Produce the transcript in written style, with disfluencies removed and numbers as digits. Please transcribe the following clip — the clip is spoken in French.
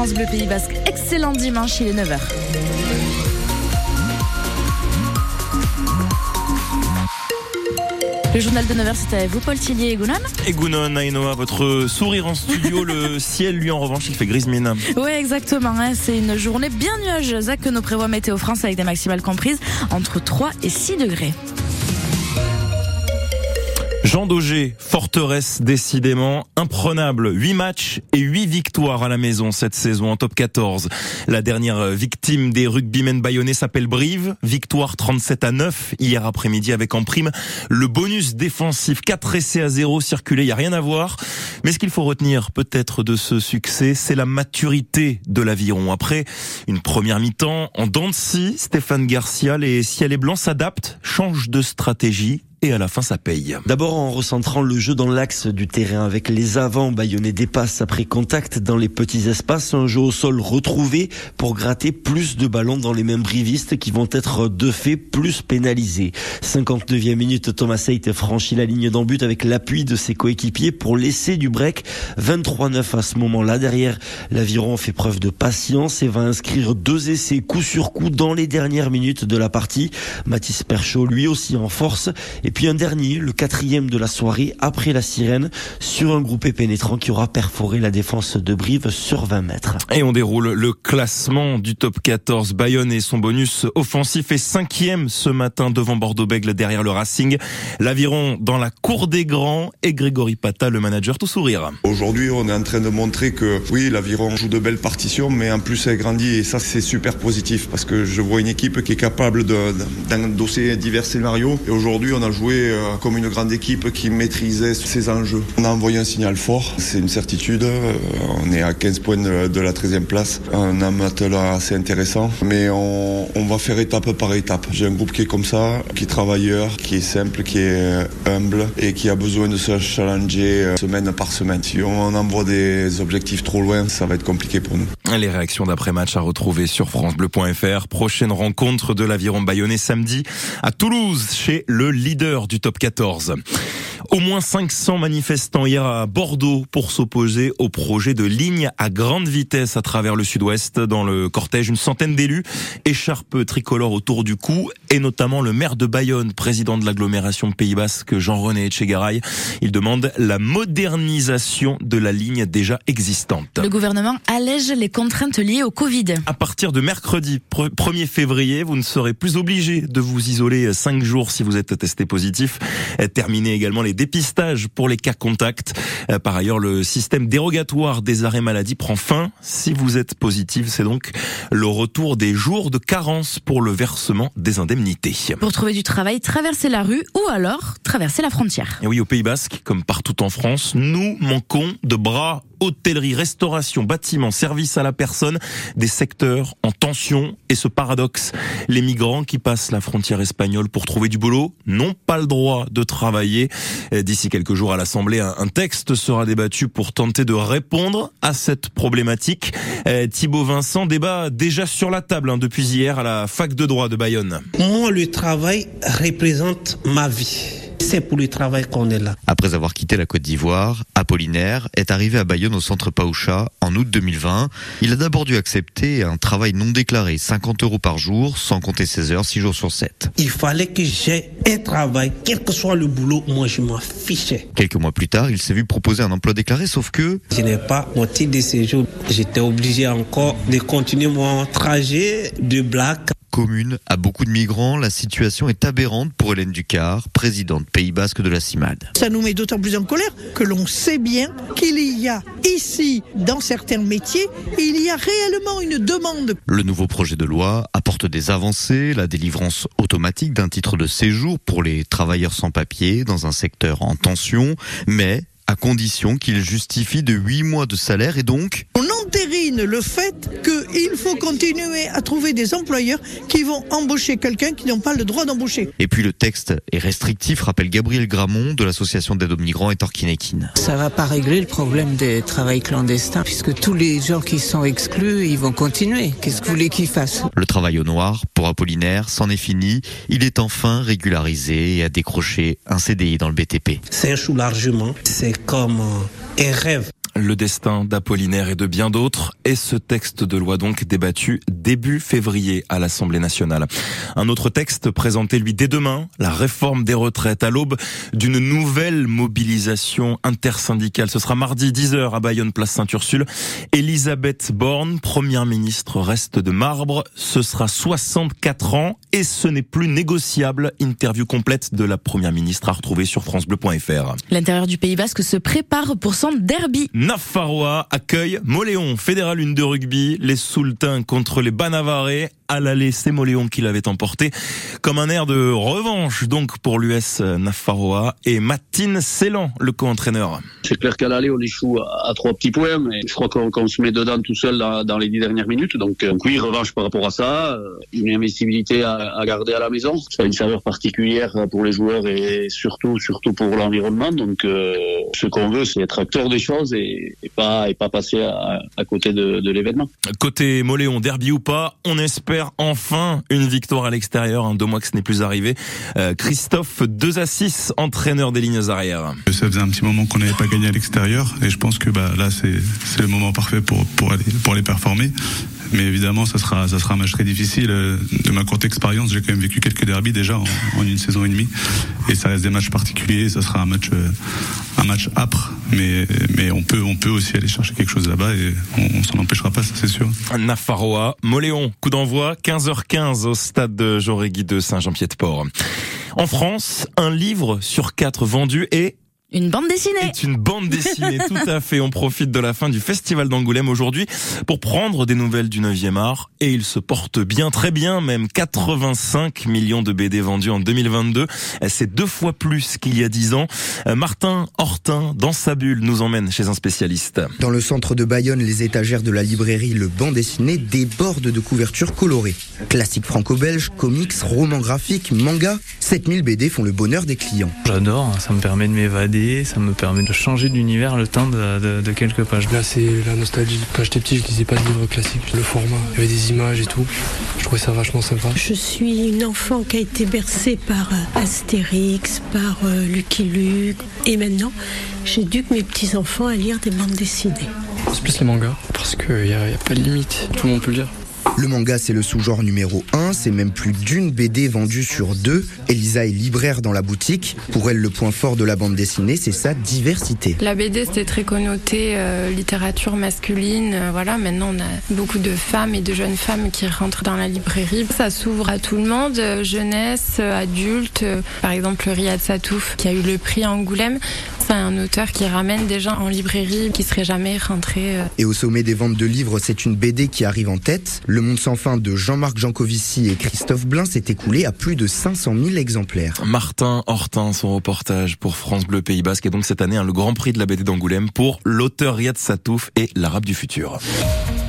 France Bleu Pays Basque. Excellent dimanche, il est 9h. Le journal de 9h, c'est avec vous, Paul Tillier et Gounon. Et Gounon, Ainoa, votre sourire en studio, le ciel, lui, en revanche, il fait grise mine. Oui, exactement. C'est une journée bien nuageuse que nous prévoit Météo France avec des maximales comprises entre 3 et 6 degrés. Jean Daugé, forteresse décidément imprenable. 8 matchs et 8 victoires à la maison cette saison en top 14. La dernière victime des rugbymen bayonnais s'appelle Brive. Victoire 37-9 hier après-midi avec en prime le bonus défensif. 4 essais à 0 circulés, il n'y a rien à voir. Mais ce qu'il faut retenir peut-être de ce succès, c'est la maturité de l'Aviron. Après une première mi-temps en dents de scie, Stéphane Garcia, les ciels et blancs s'adaptent, changent de stratégie. Et à la fin, ça paye. D'abord en recentrant le jeu dans l'axe du terrain avec les avants, Bayonnais dépasse après contact dans les petits espaces, un jeu au sol retrouvé pour gratter plus de ballons dans les mains brivistes qui vont être de fait plus pénalisés. 59e minute, Thomas Seyt franchit la ligne d'en but avec l'appui de ses coéquipiers pour laisser du break. 23-9 à ce moment-là. Derrière, l'Aviron fait preuve de patience et va inscrire 2 essais coup sur coup dans les dernières minutes de la partie. Mathis Perchaud, lui aussi en force. Et puis un dernier, le 4e de la soirée, après la sirène, sur un groupé pénétrant qui aura perforé la défense de Brive sur 20 mètres. Et on déroule le classement du top 14. Bayonne et son bonus offensif est 5e ce matin devant Bordeaux-Bègles derrière le Racing. L'Aviron dans la cour des grands et Grégory Pata, le manager, tout sourire. Aujourd'hui, on est en train de montrer que oui, l'Aviron joue de belles partitions, mais en plus elle grandit et ça c'est super positif parce que je vois une équipe qui est capable d'endosser divers scénarios et aujourd'hui on a joué comme une grande équipe qui maîtrisait ses enjeux. On a envoyé un signal fort, c'est une certitude. On est à 15 points de la 13e place. Un matelas assez intéressant, mais on va faire étape par étape. J'ai un groupe qui est comme ça, qui est travailleur, qui est simple, qui est humble et qui a besoin de se challenger semaine par semaine. Si on envoie des objectifs trop loin, ça va être compliqué pour nous. Les réactions d'après-match à retrouver sur francebleu.fr. Prochaine rencontre de l'Aviron bayonnais samedi à Toulouse chez le leader du top 14. Au moins 500 manifestants hier à Bordeaux pour s'opposer au projet de ligne à grande vitesse à travers le sud-ouest. Dans le cortège, une centaine d'élus, écharpe tricolore autour du cou, et notamment le maire de Bayonne, président de l'agglomération Pays Basque, Jean-René Etchegaray. Il demande la modernisation de la ligne déjà existante. Le gouvernement allège les contraintes liées au Covid. À partir de mercredi 1er février, vous ne serez plus obligé de vous isoler 5 jours si vous êtes testé positif. Terminez également les dépistages pour les cas contacts. Par ailleurs, le système dérogatoire des arrêts maladie prend fin. Si vous êtes positif, c'est donc le retour des jours de carence pour le versement des indemnités. Pour trouver du travail, traversez la rue ou alors traversez la frontière. Et oui, au Pays Basque, comme partout en France, nous manquons de bras. Hôtellerie, restauration, bâtiments, services à la personne, des secteurs en tension. Et ce paradoxe, les migrants qui passent la frontière espagnole pour trouver du boulot n'ont pas le droit de travailler. D'ici quelques jours à l'Assemblée, un texte sera débattu pour tenter de répondre à cette problématique. Thibaut Vincent, débat déjà sur la table depuis hier à la fac de droit de Bayonne. Moi, le travail représente ma vie. C'est pour le travail qu'on est là. Après avoir quitté la Côte d'Ivoire, Apollinaire est arrivé à Bayonne au centre Paoucha en août 2020. Il a d'abord dû accepter un travail non déclaré, 50 € par jour, sans compter 16 heures, 6 jours sur 7. Il fallait que j'aie un travail, quel que soit le boulot, moi je m'en fichais. Quelques mois plus tard, il s'est vu proposer un emploi déclaré, sauf que... Je n'ai pas mon titre de séjour. J'étais obligé encore de continuer mon trajet de Black. Commune à beaucoup de migrants, la situation est aberrante pour Hélène Ducard, présidente Pays Basque de la CIMAD. Ça nous met d'autant plus en colère que l'on sait bien qu'il y a ici, dans certains métiers, il y a réellement une demande. Le nouveau projet de loi apporte des avancées, la délivrance automatique d'un titre de séjour pour les travailleurs sans papier dans un secteur en tension, mais à condition qu'il justifie de 8 mois de salaire et donc... On entérine le fait qu'il faut continuer à trouver des employeurs qui vont embaucher quelqu'un qui n'ont pas le droit d'embaucher. Et puis le texte est restrictif, rappelle Gabriel Gramont de l'association d'aide aux migrants et Torkinekin. Ça va pas régler le problème des travails clandestins puisque tous les gens qui sont exclus, ils vont continuer. Qu'est-ce que vous voulez qu'ils fassent ? Le travail au noir, pour Apollinaire, c'en est fini. Il est enfin régularisé et a décroché un CDI dans le BTP. C'est un soulagement, c'est comme un rêve. le destin d'Apollinaire et de bien d'autres, et ce texte de loi donc débattu début février à l'Assemblée nationale. Un autre texte présenté lui dès demain, la réforme des retraites à l'aube d'une nouvelle mobilisation intersyndicale. Ce sera mardi 10h à Bayonne, place Saint-Ursule. Elisabeth Borne, première ministre, reste de marbre. Ce sera 64 ans et ce n'est plus négociable. Interview complète de la première ministre à retrouver sur francebleu.fr. L'intérieur du Pays Basque se prépare pour son derby. Nafarroa accueille Mauléon, Fédéral 1 de rugby. Les Soultins contre les Banavarés. À l'aller, c'est Mauléon qui l'avait emporté. Comme un air de revanche donc pour l'US Nafarroa et Matin Ceylan, le co-entraîneur. C'est clair qu'à l'aller, on échoue à 3 petits points, mais je crois qu'on se met dedans tout seul dans les 10 dernières minutes. Donc oui, revanche par rapport à ça, une invincibilité à garder à la maison. Ça a une saveur particulière pour les joueurs et surtout pour l'environnement. Donc ce qu'on veut, c'est être acteur des choses et pas passer à côté de l'événement. Côté Mauléon, derby ou pas, on espère enfin une victoire à l'extérieur. 2 mois que ce n'est plus arrivé. Christophe 2-6, entraîneur des lignes arrières. Ça faisait un petit moment qu'on n'avait pas gagné à l'extérieur et je pense que là c'est le moment parfait pour aller performer. Mais évidemment, ça sera un match très difficile. De ma courte expérience, j'ai quand même vécu quelques derbys déjà en une saison et demie, et ça reste des matchs particuliers. Ça sera un match âpre, mais on peut aussi aller chercher quelque chose là-bas et on s'en empêchera pas, ça c'est sûr. Nafarroa, Mauléon, coup d'envoi 15h15 au stade de Jaurégui de Saint-Jean-Pied-de-Port. En France, un livre sur 4 vendu est une bande dessinée. C'est une bande dessinée, tout à fait. On profite de la fin du Festival d'Angoulême aujourd'hui pour prendre des nouvelles du 9e art. Et il se porte bien, très bien même. 85 millions de BD vendus en 2022. C'est 2 fois plus qu'il y a 10 ans. Martin Hortin, dans sa bulle, nous emmène chez un spécialiste. Dans le centre de Bayonne, les étagères de la librairie Le Banc Dessiné débordent de couvertures colorées. Classiques franco-belges, comics, romans graphiques, mangas. 7000 BD font le bonheur des clients. J'adore, ça me permet de m'évader. Ça me permet de changer d'univers le temps de quelques pages. Là, c'est la nostalgie. Quand j'étais petit, je lisais pas de livres classiques. Le format, il y avait des images et tout. Je trouvais ça vachement sympa. Je suis une enfant qui a été bercée par Astérix, par Lucky Luke. Et maintenant, j'éduque mes petits-enfants à lire des bandes dessinées. C'est plus les mangas, parce qu'il n'y a pas de limite. Tout le monde peut lire. Le manga, c'est le sous-genre numéro 1, c'est même plus d'une BD vendue sur 2. Elisa est libraire dans la boutique. Pour elle, le point fort de la bande dessinée, c'est sa diversité. La BD, c'était très connoté littérature masculine. Voilà, maintenant, on a beaucoup de femmes et de jeunes femmes qui rentrent dans la librairie. Ça s'ouvre à tout le monde, jeunesse, adulte. Par exemple, Riyad Satouf, qui a eu le prix Angoulême. C'est un auteur qui ramène des gens en librairie qui seraient jamais rentrés. Et au sommet des ventes de livres, c'est une BD qui arrive en tête. Le Monde sans fin de Jean-Marc Jancovici et Christophe Blain s'est écoulé à plus de 500 000 exemplaires. Martin Hortin, son reportage pour France Bleu Pays Basque. Et donc cette année, le Grand Prix de la BD d'Angoulême pour l'auteur Riyad Satouf et l'Arabe du futur.